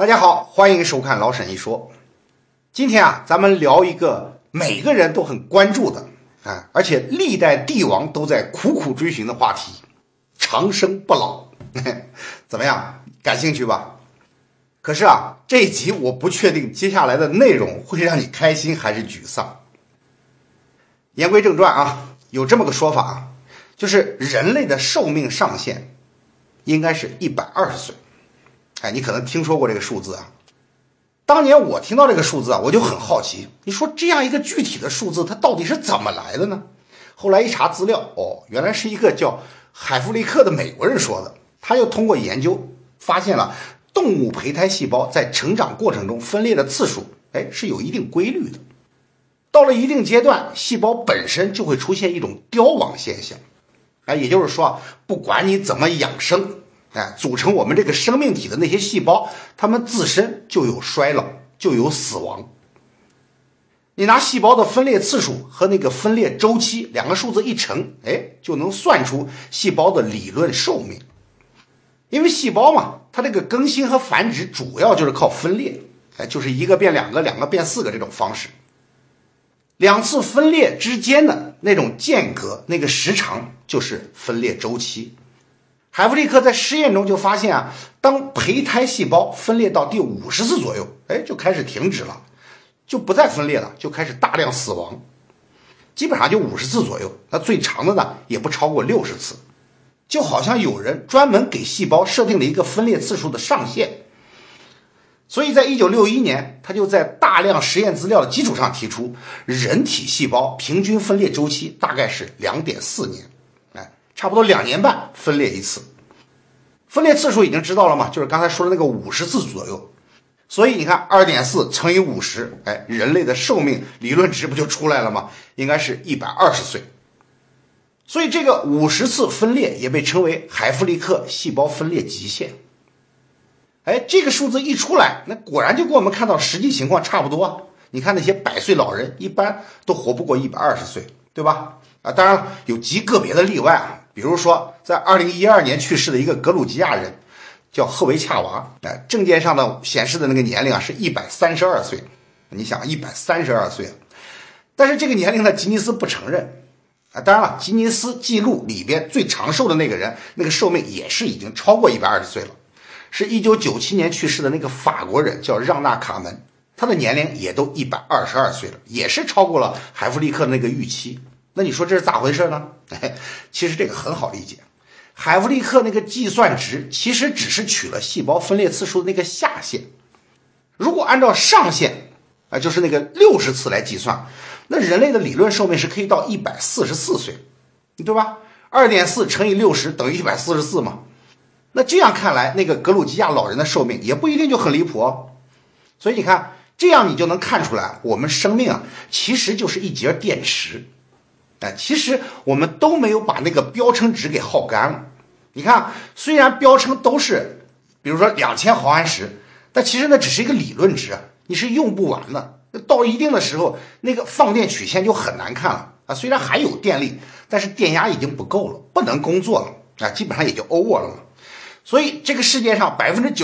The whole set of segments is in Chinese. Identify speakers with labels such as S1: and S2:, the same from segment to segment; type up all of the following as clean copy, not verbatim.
S1: 大家好，欢迎收看老沈一说。今天啊，咱们聊一个每个人都很关注的而且历代帝王都在苦苦追寻的话题——长生不老。怎么样，感兴趣吧？可是啊，这一集我不确定接下来的内容会让你开心还是沮丧。言归正传啊，有这么个说法就是人类的寿命上限应该是120岁。你可能听说过这个数字啊。当年我听到这个数字我就很好奇，你说这样一个具体的数字它到底是怎么来的呢？后来一查资料，原来是一个叫海弗利克的美国人说的。他又通过研究发现了动物胚胎细胞在成长过程中分裂的次数是有一定规律的。到了一定阶段，细胞本身就会出现一种凋亡现象。也就是说，不管你怎么养生，组成我们这个生命体的那些细胞，它们自身就有衰老，就有死亡。你拿细胞的分裂次数和那个分裂周期两个数字一乘，就能算出细胞的理论寿命。因为细胞嘛，它这个更新和繁殖主要就是靠分裂，就是一个变两个，两个变四个这种方式。两次分裂之间的那种间隔，那个时长就是分裂周期。海弗利克在实验中就发现当胚胎细胞分裂到第50次左右，就开始停止了，就不再分裂了，就开始大量死亡。基本上就50次左右，那最长的呢也不超过60次。就好像有人专门给细胞设定了一个分裂次数的上限。所以在1961年，他就在大量实验资料的基础上提出，人体细胞平均分裂周期大概是2.4年，差不多2年半分裂一次。分裂次数已经知道了嘛，就是刚才说的那个50次左右。所以你看 2.4 乘以50，人类的寿命理论值不就出来了吗？应该是120岁。所以这个50次分裂也被称为海弗利克细胞分裂极限。这个数字一出来，那果然就跟我们看到实际情况差不多。你看那些100岁老人一般都活不过120岁，对吧？当然有极个别的例外比如说在2012年去世的一个格鲁吉亚人叫赫维恰娃，证件上的显示的那个年龄是132岁。你想132岁但是这个年龄呢，吉尼斯不承认。当然了，吉尼斯记录里边最长寿的那个人，那个寿命也是已经超过120岁了，是1997年去世的那个法国人叫让纳卡门，他的年龄也都122岁了，也是超过了海弗利克那个预期。那你说这是咋回事呢？其实这个很好理解，海弗利克那个计算值其实只是取了细胞分裂次数的那个下限。如果按照上限就是那个60次来计算，那人类的理论寿命是可以到144岁，对吧？ 2.4 乘以60等于144嘛。那这样看来，那个格鲁吉亚老人的寿命也不一定就很离谱所以你看，这样你就能看出来，我们生命其实就是一节电池。其实我们都没有把那个标称值给耗干了。你看，虽然标称都是比如说2000毫安时，但其实那只是一个理论值你是用不完的。到一定的时候，那个放电曲线就很难看了虽然还有电力，但是电压已经不够了，不能工作了基本上也就 over 了嘛。所以这个世界上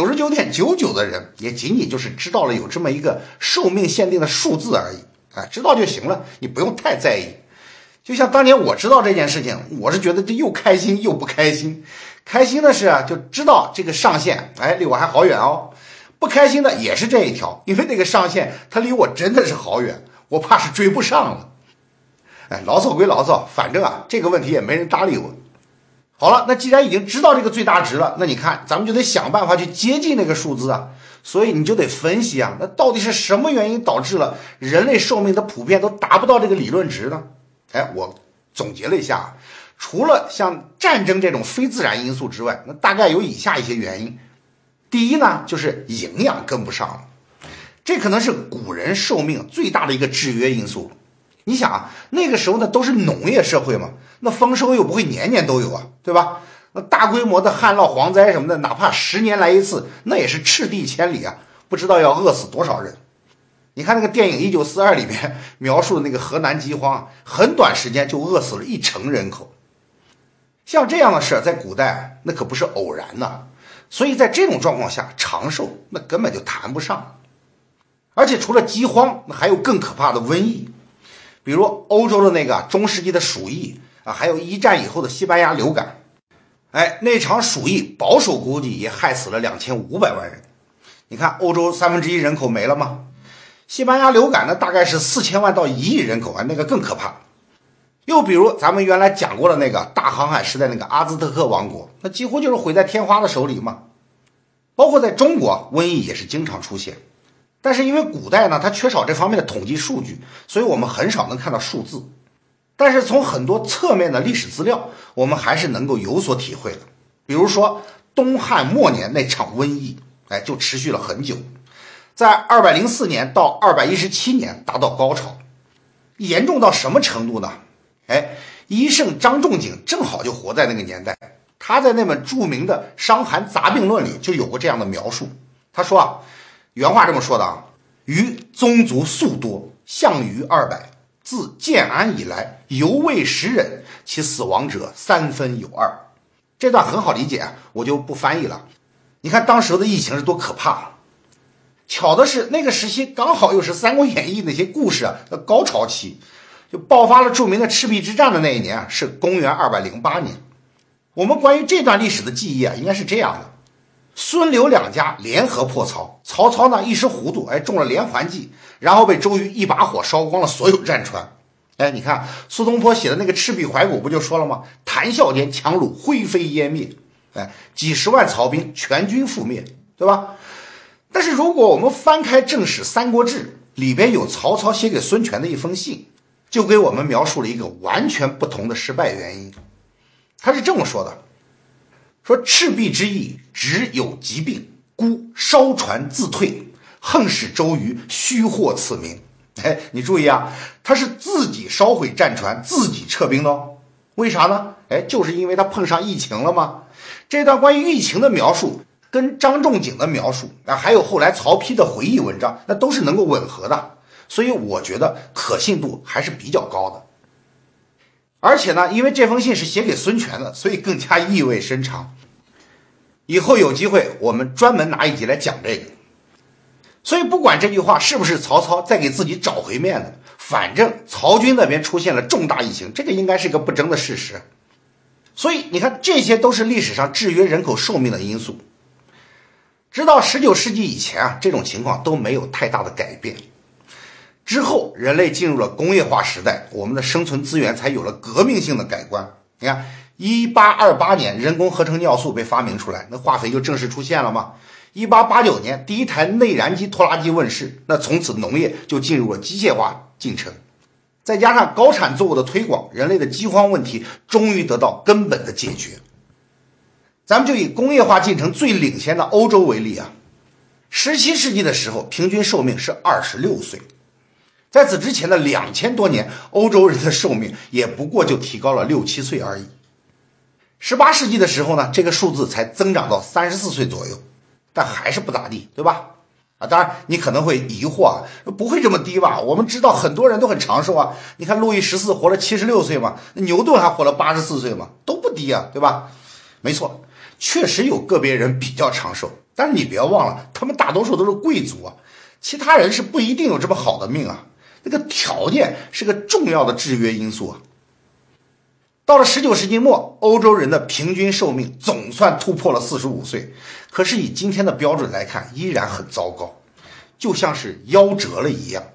S1: 99.99% 的人也仅仅就是知道了有这么一个寿命限定的数字而已知道就行了，你不用太在意。就像当年我知道这件事情，我是觉得这又开心又不开心。开心的是就知道这个上限离我还好远不开心的也是这一条，因为那个上限它离我真的是好远，我怕是追不上了。牢骚归牢骚，反正这个问题也没人搭理我。好了，那既然已经知道这个最大值了，那你看咱们就得想办法去接近那个数字所以你就得分析那到底是什么原因导致了人类寿命的普遍都达不到这个理论值呢？我总结了一下，除了像战争这种非自然因素之外，那大概有以下一些原因。第一呢，就是营养跟不上了，这可能是古人寿命最大的一个制约因素。你想那个时候呢都是农业社会嘛，那丰收又不会年年都有对吧？那大规模的旱涝蝗灾什么的，哪怕10年来一次，那也是赤地千里不知道要饿死多少人。你看那个电影1942里面描述的那个河南饥荒，很短时间就饿死了1成人口。像这样的事在古代那可不是偶然的， 所以在这种状况下，长寿那根本就谈不上。而且除了饥荒，那还有更可怕的瘟疫，比如欧洲的那个中世纪的鼠疫啊，还有一战以后的西班牙流感。那场鼠疫保守估计也害死了2500万人。你看欧洲1/3人口没了吗？西班牙流感呢，大概是4000万到1亿人口啊，那个更可怕。又比如咱们原来讲过的那个大航海时代那个阿兹特克王国，那几乎就是毁在天花的手里嘛。包括在中国，瘟疫也是经常出现，但是因为古代呢，它缺少这方面的统计数据，所以我们很少能看到数字。但是从很多侧面的历史资料，我们还是能够有所体会的。比如说东汉末年那场瘟疫，就持续了很久，在204年到217年达到高潮。严重到什么程度呢？医圣张仲景正好就活在那个年代，他在那本著名的《伤寒杂病论》里就有过这样的描述。他说原话这么说的余宗族素多，项羽200，自建安以来，犹未时忍，其死亡者3分有2。这段很好理解，我就不翻译了。你看当时的疫情是多可怕。巧的是那个时期刚好又是《三国演义》那些故事的高潮期，就爆发了著名的赤壁之战的那一年是公元208年。我们关于这段历史的记忆应该是这样的：孙刘两家联合破曹，曹操呢一时糊涂，中了连环计，然后被周瑜一把火烧光了所有战船。你看苏东坡写的那个《赤壁怀古》不就说了吗？谈笑间樯橹灰飞烟灭，几十万曹兵全军覆灭，对吧？但是如果我们翻开正史《三国志》，里边有曹操写给孙权的一封信，就给我们描述了一个完全不同的失败原因。他是这么说的，说赤壁之役只有疾病，孤烧船自退，横使周瑜虚获此名。你注意他是自己烧毁战船，自己撤兵的。为啥呢？就是因为他碰上疫情了吗？这段关于疫情的描述跟张仲景的描述还有后来曹丕的回忆文章，那都是能够吻合的，所以我觉得可信度还是比较高的。而且呢，因为这封信是写给孙权的，所以更加意味深长。以后有机会我们专门拿一集来讲这个。所以不管这句话是不是曹操在给自己找回面子，反正曹军那边出现了重大疫情，这个应该是一个不争的事实。所以你看，这些都是历史上制约人口寿命的因素。直到19世纪以前这种情况都没有太大的改变。之后人类进入了工业化时代，我们的生存资源才有了革命性的改观。你看1828年人工合成尿素被发明出来，那化肥就正式出现了吗？1889年第一台内燃机拖拉机问世，那从此农业就进入了机械化进程。再加上高产作物的推广，人类的饥荒问题终于得到根本的解决。咱们就以工业化进程最领先的欧洲为例17世纪的时候平均寿命是26岁，在此之前的2000多年，欧洲人的寿命也不过就提高了6、7岁而已。18世纪的时候呢，这个数字才增长到34岁左右，但还是不咋地，对吧？当然你可能会疑惑不会这么低吧？我们知道很多人都很长寿你看路易14活了76岁嘛，牛顿还活了84岁嘛，都不低对吧？没错，确实有个别人比较长寿，但是你别忘了，他们大多数都是贵族其他人是不一定有这么好的命那个条件是个重要的制约因素到了19世纪末，欧洲人的平均寿命总算突破了45岁，可是以今天的标准来看，依然很糟糕，就像是夭折了一样。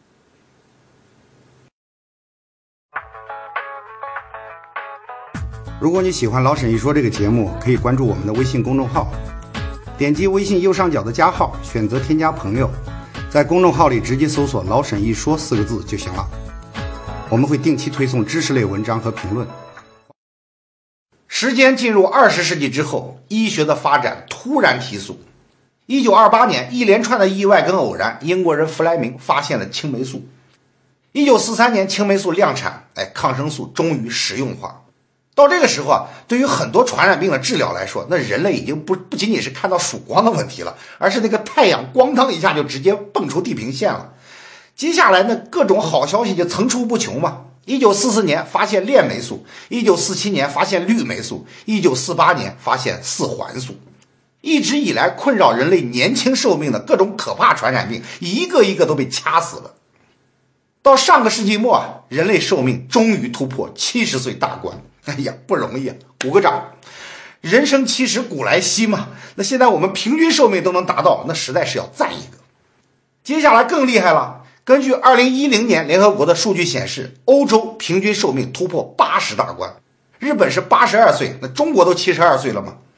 S1: 如果你喜欢老沈一说这个节目，可以关注我们的微信公众号，点击微信右上角的加号，选择添加朋友，在公众号里直接搜索老沈一说4个字就行了。我们会定期推送知识类文章和评论。时间进入20世纪之后，医学的发展突然提速。1928年，一连串的意外跟偶然，英国人弗莱明发现了青霉素。1943年，青霉素量产，抗生素终于实用化。到这个时候对于很多传染病的治疗来说，那人类已经不仅仅是看到曙光的问题了，而是那个太阳咣当一下就直接蹦出地平线了。接下来呢，各种好消息就层出不穷嘛。1944年发现链霉素，1947年发现氯霉素，1948年发现4环素。 一直以来困扰人类年轻寿命的各种可怕传染病，一个一个都被掐死了。到上个世纪末啊，人类寿命终于突破70岁大关。哎呀，不容易啊，鼓个掌。人生70古来稀嘛，那现在我们平均寿命都能达到，那实在是要赞一个。接下来更厉害了，根据2010年联合国的数据显示，欧洲平均寿命突破80大关，日本是82岁，那中国都72岁了吗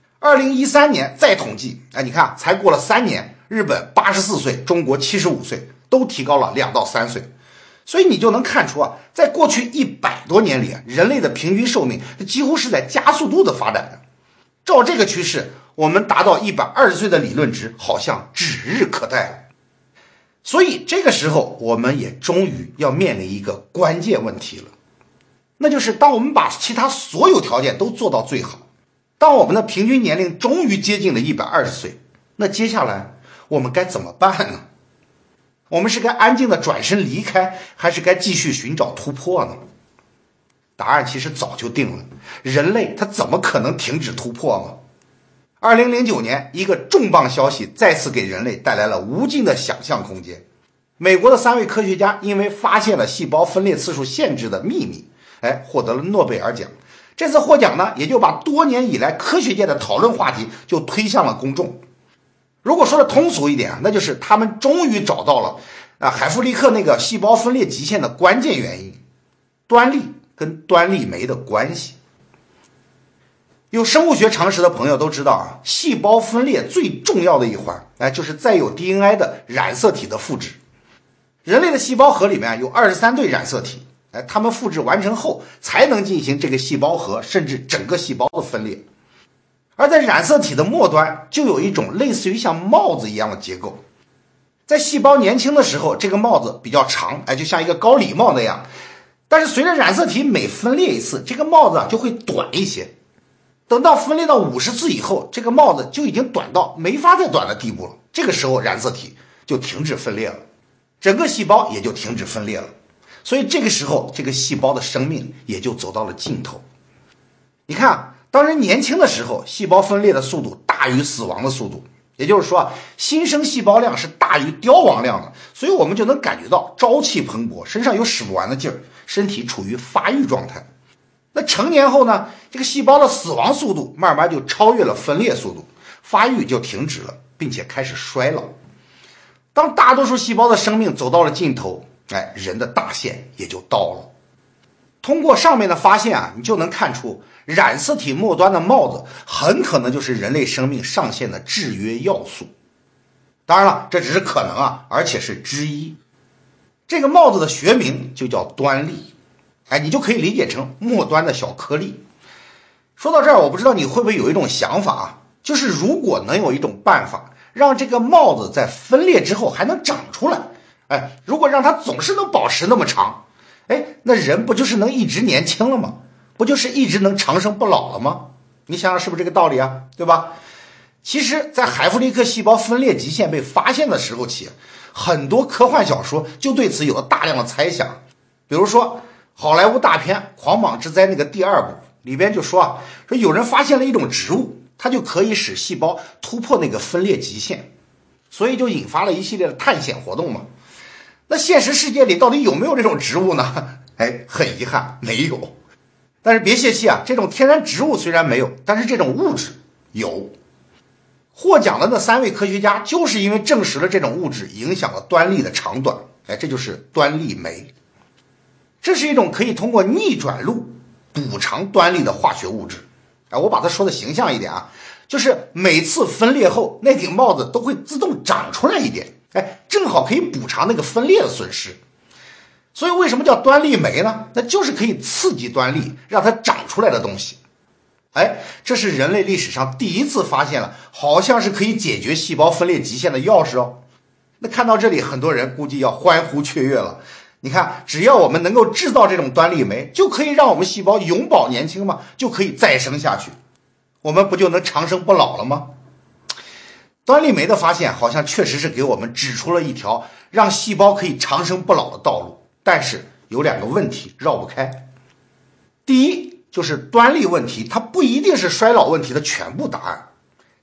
S1: ？2013年再统计，你看才过了3年，日本84岁，中国75岁，都提高了2到3岁。所以你就能看出啊，在过去100多年里，人类的平均寿命几乎是在加速度的发展的。照这个趋势，我们达到120岁的理论值好像指日可待了。所以这个时候，我们也终于要面临一个关键问题了，那就是当我们把其他所有条件都做到最好，当我们的平均年龄终于接近了120岁，那接下来我们该怎么办呢？我们是该安静的转身离开，还是该继续寻找突破呢？答案其实早就定了，人类它怎么可能停止突破吗？2009年，一个重磅消息再次给人类带来了无尽的想象空间。美国的3位科学家因为发现了细胞分裂次数限制的秘密，获得了诺贝尔奖。这次获奖呢，也就把多年以来科学界的讨论话题就推向了公众。如果说的通俗一点，那就是他们终于找到了海弗利克那个细胞分裂极限的关键原因，端粒跟端粒酶的关系。有生物学常识的朋友都知道啊，细胞分裂最重要的一环，就是载有 DNA 的染色体的复制。人类的细胞核里面有23对染色体，它们复制完成后才能进行这个细胞核甚至整个细胞的分裂。而在染色体的末端就有一种类似于像帽子一样的结构。在细胞年轻的时候，这个帽子比较长，就像一个高礼帽那样。但是随着染色体每分裂一次，这个帽子就会短一些。等到分裂到50次以后，这个帽子就已经短到没法再短的地步了。这个时候染色体就停止分裂了，整个细胞也就停止分裂了。所以这个时候，这个细胞的生命也就走到了尽头。你看啊，当人年轻的时候，细胞分裂的速度大于死亡的速度，也就是说新生细胞量是大于凋亡量的，所以我们就能感觉到朝气蓬勃，身上有使不完的劲儿，身体处于发育状态。那成年后呢，这个细胞的死亡速度慢慢就超越了分裂速度，发育就停止了，并且开始衰老。当大多数细胞的生命走到了尽头，人的大限也就到了。通过上面的发现啊，你就能看出染色体末端的帽子很可能就是人类生命上限的制约要素。当然了，这只是可能啊，而且是之一。这个帽子的学名就叫端粒，你就可以理解成末端的小颗粒。说到这儿，我不知道你会不会有一种想法啊，就是如果能有一种办法让这个帽子在分裂之后还能长出来，如果让它总是能保持那么长，那人不就是能一直年轻了吗？不就是一直能长生不老了吗？你想想是不是这个道理啊？对吧？其实在海弗利克细胞分裂极限被发现的时候起，很多科幻小说就对此有了大量的猜想。比如说好莱坞大片《狂蟒之灾》那个第2部里边就说有人发现了一种植物，它就可以使细胞突破那个分裂极限，所以就引发了一系列的探险活动嘛。那现实世界里到底有没有这种植物呢？很遗憾没有。但是别泄气啊，这种天然植物虽然没有，但是这种物质有。获奖的那3位科学家就是因为证实了这种物质影响了端粒的长短，这就是端粒酶。这是一种可以通过逆转录补偿端粒的化学物质。我把它说的形象一点啊，就是每次分裂后那顶帽子都会自动长出来一点，正好可以补偿那个分裂的损失。所以为什么叫端粒酶呢？那就是可以刺激端粒让它长出来的东西。这是人类历史上第一次发现了好像是可以解决细胞分裂极限的钥匙哦。那看到这里，很多人估计要欢呼雀跃了。你看，只要我们能够制造这种端粒酶，就可以让我们细胞永葆年轻嘛，就可以再生下去，我们不就能长生不老了吗？端粒酶的发现好像确实是给我们指出了一条让细胞可以长生不老的道路，但是有2个问题绕不开。第一，就是端粒问题它不一定是衰老问题的全部答案。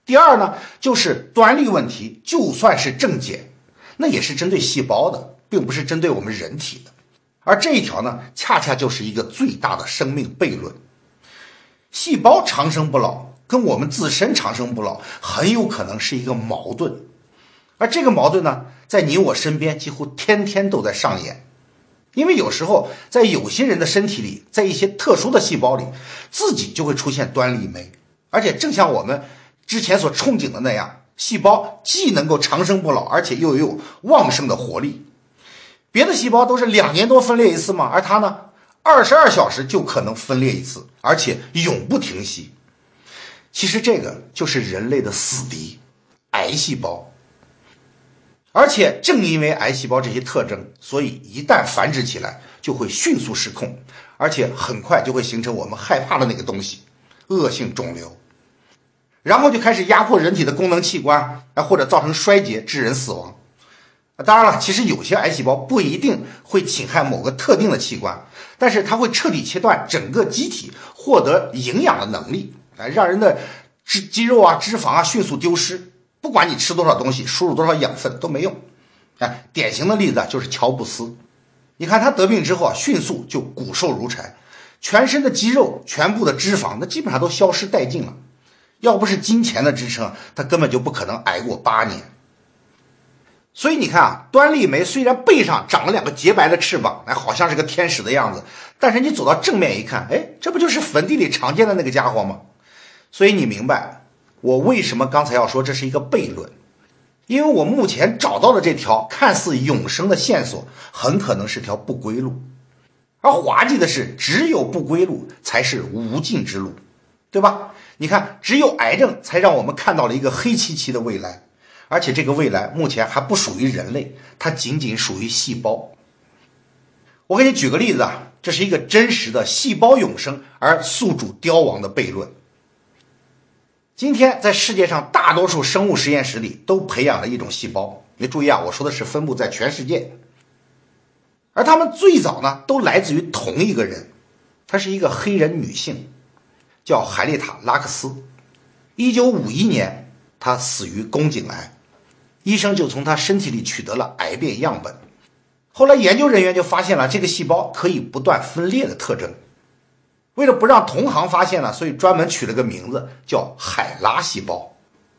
S1: 第二呢，就是端粒问题就算是正解，那也是针对细胞的，并不是针对我们人体的。而这一条呢，恰恰就是一个最大的生命悖论。细胞长生不老跟我们自身长生不老很有可能是一个矛盾，而这个矛盾呢，在你我身边几乎天天都在上演。因为有时候在有些人的身体里，在一些特殊的细胞里，自己就会出现端粒酶，而且正像我们之前所憧憬的那样，细胞既能够长生不老，而且又有旺盛的活力。别的细胞都是2年多分裂一次嘛，而它呢，22小时就可能分裂一次，而且永不停息。其实这个就是人类的死敌——癌细胞。而且正因为癌细胞这些特征，所以一旦繁殖起来就会迅速失控，而且很快就会形成我们害怕的那个东西——恶性肿瘤，然后就开始压迫人体的功能器官，或者造成衰竭致人死亡。当然了，其实有些癌细胞不一定会侵害某个特定的器官，但是它会彻底切断整个机体获得营养的能力，让人的肌肉啊、脂肪啊迅速丢失。不管你吃多少东西，输入多少养分都没用。典型的例子就是乔布斯，你看他得病之后迅速就骨瘦如柴，全身的肌肉、全部的脂肪，那基本上都消失殆尽了。要不是金钱的支撑，他根本就不可能挨过8年。所以你看端粒酶虽然背上长了2个洁白的翅膀，好像是个天使的样子，但是你走到正面一看，这不就是坟地里常见的那个家伙吗？所以你明白我为什么刚才要说这是一个悖论，因为我目前找到的这条看似永生的线索，很可能是条不归路。而滑稽的是，只有不归路才是无尽之路，对吧？你看，只有癌症才让我们看到了一个黑漆漆的未来，而且这个未来目前还不属于人类，它仅仅属于细胞。我给你举个例子这是一个真实的细胞永生而宿主凋亡的悖论。今天在世界上大多数生物实验室里都培养了一种细胞，你注意我说的是分布在全世界，而他们最早呢都来自于同一个人，她是一个黑人女性，叫海丽塔·拉克斯。1951年她死于宫颈癌，医生就从她身体里取得了癌变样本。后来研究人员就发现了这个细胞可以不断分裂的特征，为了不让同行发现所以专门取了个名字叫海拉细胞。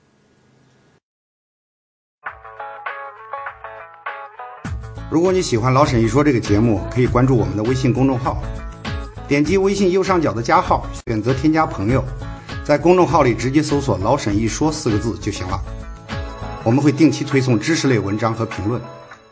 S2: 如果你喜欢老沈一说这个节目，可以关注我们的微信公众号，点击微信右上角的加号，选择添加朋友，在公众号里直接搜索老沈一说4个字就行了。我们会定期推送知识类文章和评论。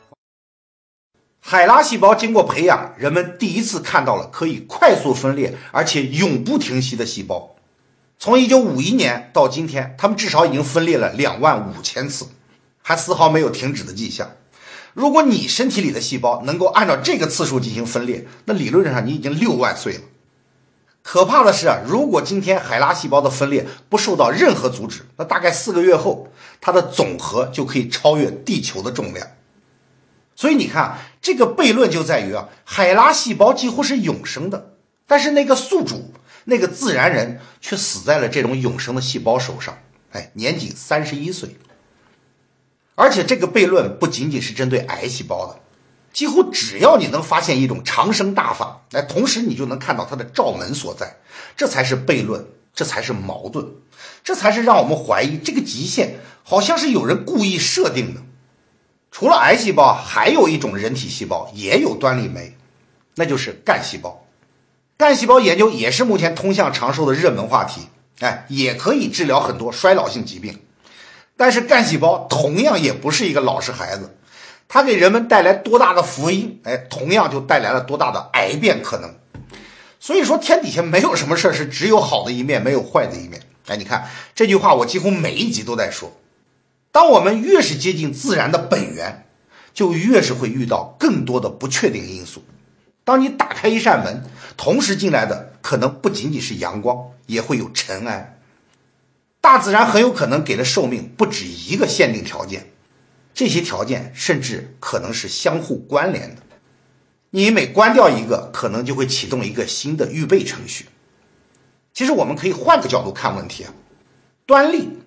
S1: 海拉细胞经过培养，人们第一次看到了可以快速分裂而且永不停息的细胞。从1951年到今天，他们至少已经分裂了25000次，还丝毫没有停止的迹象。如果你身体里的细胞能够按照这个次数进行分裂，那理论上你已经6万岁了。可怕的是如果今天海拉细胞的分裂不受到任何阻止，那大概4个月后，它的总和就可以超越地球的重量。所以你看这个悖论就在于海拉细胞几乎是永生的，但是那个宿主，那个自然人却死在了这种永生的细胞手上，年仅31岁。而且这个悖论不仅仅是针对癌细胞的，几乎只要你能发现一种长生大法，同时你就能看到它的罩门所在，这才是悖论，这才是矛盾，这才是让我们怀疑这个极限好像是有人故意设定的。除了癌细胞，还有一种人体细胞也有端粒酶，那就是干细胞。干细胞研究也是目前通向长寿的热门话题，也可以治疗很多衰老性疾病。但是干细胞同样也不是一个老实孩子，它给人们带来多大的福音，同样就带来了多大的癌变可能。所以说天底下没有什么事是只有好的一面没有坏的一面。你看这句话我几乎每一集都在说，当我们越是接近自然的本源，就越是会遇到更多的不确定因素。当你打开一扇门，同时进来的可能不仅仅是阳光，也会有尘埃。大自然很有可能给的寿命不止一个限定条件，这些条件甚至可能是相互关联的。你每关掉一个，可能就会启动一个新的预备程序。其实我们可以换个角度看问题端粒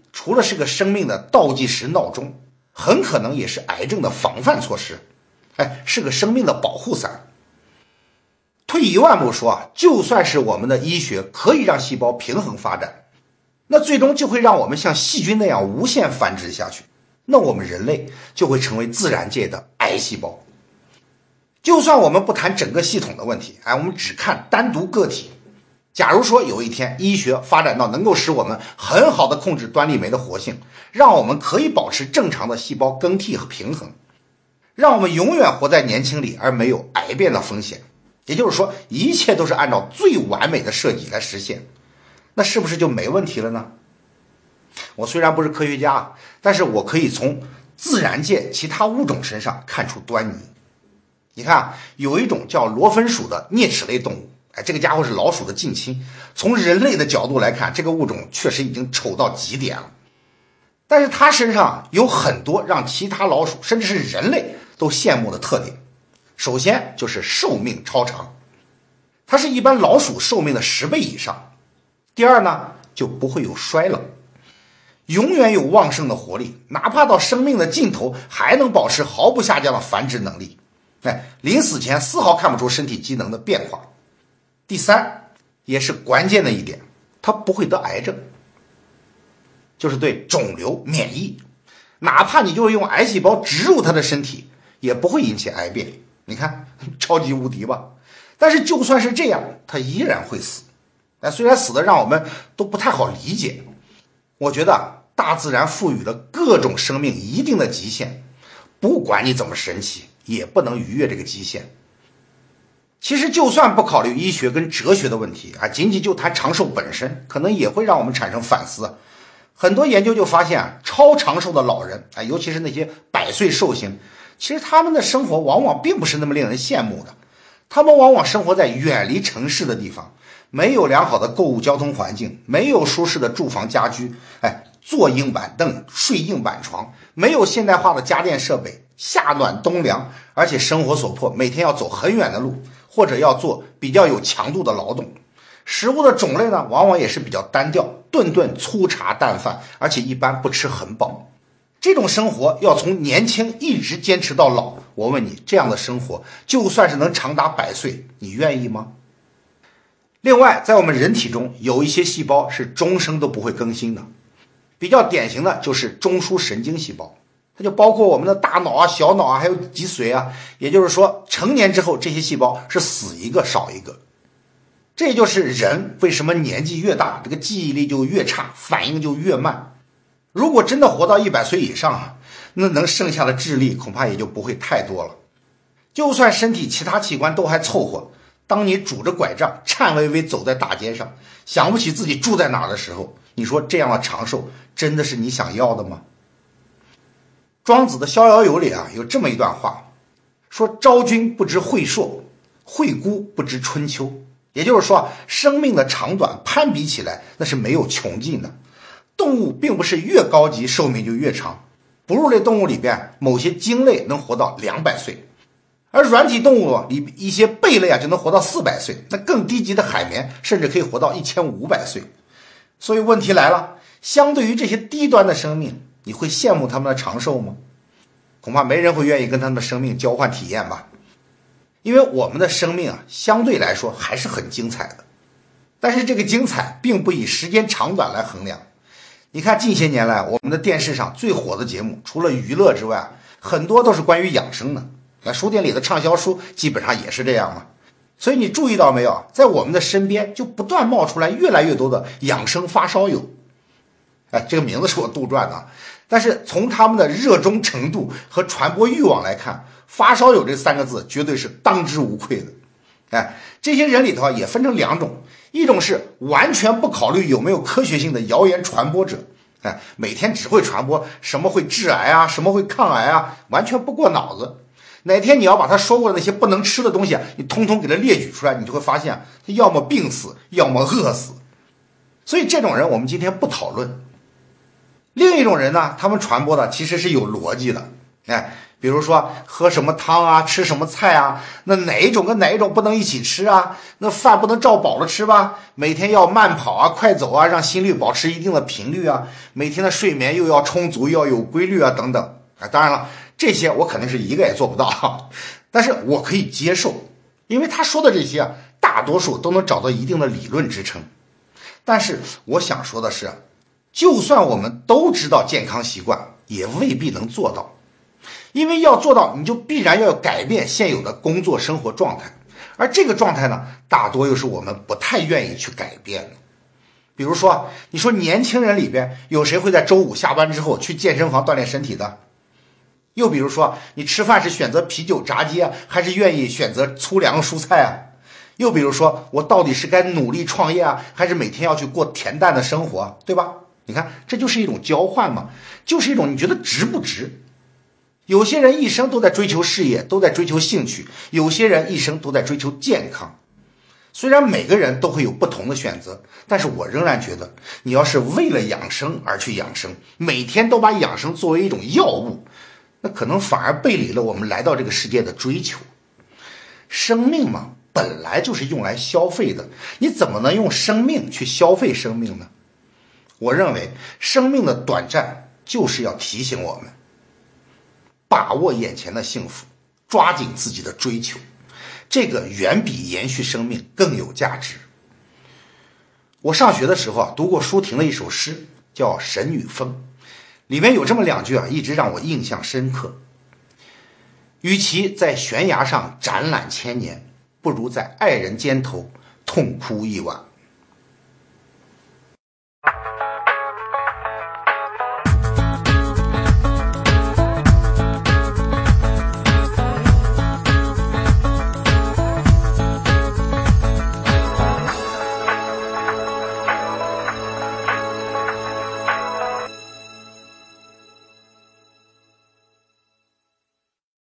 S1: 除了是个生命的倒计时闹钟，很可能也是癌症的防范措施，是个生命的保护伞。退一万步说啊，就算是我们的医学可以让细胞平衡发展，那最终就会让我们像细菌那样无限繁殖下去，那我们人类就会成为自然界的癌细胞。就算我们不谈整个系统的问题，我们只看单独个体，假如说有一天医学发展到能够使我们很好的控制端粒酶的活性，让我们可以保持正常的细胞更替和平衡，让我们永远活在年轻里而没有癌变的风险，也就是说一切都是按照最完美的设计来实现，那是不是就没问题了呢？我虽然不是科学家，但是我可以从自然界其他物种身上看出端倪。你看，有一种叫罗芬属的啮齿类动物，这个家伙是老鼠的近亲，从人类的角度来看，这个物种确实已经丑到极点了。但是它身上有很多让其他老鼠甚至是人类都羡慕的特点。首先就是寿命超长，它是一般老鼠寿命的10倍以上。第二呢，就不会有衰老，永远有旺盛的活力，哪怕到生命的尽头还能保持毫不下降的繁殖能力。临死前丝毫看不出身体机能的变化。第三，也是关键的一点，它不会得癌症，就是对肿瘤免疫，哪怕你就是用癌细胞植入它的身体，也不会引起癌变。你看，超级无敌吧？但是就算是这样，它依然会死。虽然死的让我们都不太好理解，我觉得大自然赋予了各种生命一定的极限，不管你怎么神奇，也不能逾越这个极限。其实就算不考虑医学跟哲学的问题仅仅就谈长寿本身，可能也会让我们产生反思。很多研究就发现超长寿的老人尤其是那些100岁寿星，其实他们的生活往往并不是那么令人羡慕的。他们往往生活在远离城市的地方，没有良好的购物交通环境，没有舒适的住房家居，坐硬板凳睡硬板床，没有现代化的家电设备，夏暖冬凉，而且生活所迫，每天要走很远的路，或者要做比较有强度的劳动。食物的种类呢，往往也是比较单调，顿顿粗茶淡饭，而且一般不吃很饱。这种生活要从年轻一直坚持到老，我问你，这样的生活就算是能长达100岁，你愿意吗？另外，在我们人体中有一些细胞是终生都不会更新的，比较典型的就是中枢神经细胞，它就包括我们的大脑小脑还有脊髓也就是说成年之后这些细胞是死一个少一个。这就是人为什么年纪越大这个记忆力就越差，反应就越慢。如果真的活到100岁以上那能剩下的智力恐怕也就不会太多了。就算身体其他器官都还凑合，当你拄着拐杖颤巍巍走在大街上，想不起自己住在哪儿的时候，你说这样的长寿真的是你想要的吗？庄子的逍遥游里有这么一段话，说昭君不知惠硕，惠姑不知春秋。也就是说，生命的长短攀比起来那是没有穷尽的。动物并不是越高级寿命就越长，哺乳类动物里边某些鲸类能活到200岁，而软体动物里一些贝类就能活到400岁，那更低级的海绵甚至可以活到1500岁。所以问题来了，相对于这些低端的生命，你会羡慕他们的长寿吗？恐怕没人会愿意跟他们的生命交换体验吧。因为我们的生命相对来说还是很精彩的，但是这个精彩并不以时间长短来衡量。你看近些年来我们的电视上最火的节目，除了娱乐之外，很多都是关于养生的。书店里的畅销书基本上也是这样嘛。所以你注意到没有，在我们的身边就不断冒出来越来越多的养生发烧友。这个名字是我杜撰的，但是从他们的热衷程度和传播欲望来看，发烧友这3个字绝对是当之无愧的。这些人里头也分成2种，一种是完全不考虑有没有科学性的谣言传播者，每天只会传播什么会致癌什么会抗癌完全不过脑子。哪天你要把他说过的那些不能吃的东西你通通给他列举出来，你就会发现他要么病死，要么饿死。所以这种人我们今天不讨论。另一种人呢，他们传播的其实是有逻辑的。 比如说喝什么汤啊，吃什么菜啊，那哪一种跟哪一种不能一起吃啊？那饭不能照饱了吃吧？每天要慢跑啊，快走啊，让心率保持一定的频率啊。每天的睡眠又要充足，又要有规律啊，等等啊。当然了，这些我肯定是一个也做不到，但是我可以接受，因为他说的这些啊，大多数都能找到一定的理论支撑。但是我想说的是，就算我们都知道健康习惯，也未必能做到。因为要做到，你就必然要改变现有的工作生活状态，而这个状态呢，大多又是我们不太愿意去改变的。比如说，你说年轻人里边有谁会在周五下班之后去健身房锻炼身体的？又比如说，你吃饭是选择啤酒炸鸡啊，还是愿意选择粗粮蔬菜啊？又比如说，我到底是该努力创业啊，还是每天要去过恬淡的生活，对吧？你看，这就是一种交换嘛，就是一种你觉得值不值。有些人一生都在追求事业，都在追求兴趣，有些人一生都在追求健康。虽然每个人都会有不同的选择，但是我仍然觉得，你要是为了养生而去养生，每天都把养生作为一种药物，那可能反而背离了我们来到这个世界的追求。生命嘛，本来就是用来消费的，你怎么能用生命去消费生命呢？我认为生命的短暂就是要提醒我们把握眼前的幸福，抓紧自己的追求，这个远比延续生命更有价值。我上学的时候读过舒婷的一首诗，叫《神与风》，里面有这么两句一直让我印象深刻。与其在悬崖上展览千年，不如在爱人肩头痛哭一晚。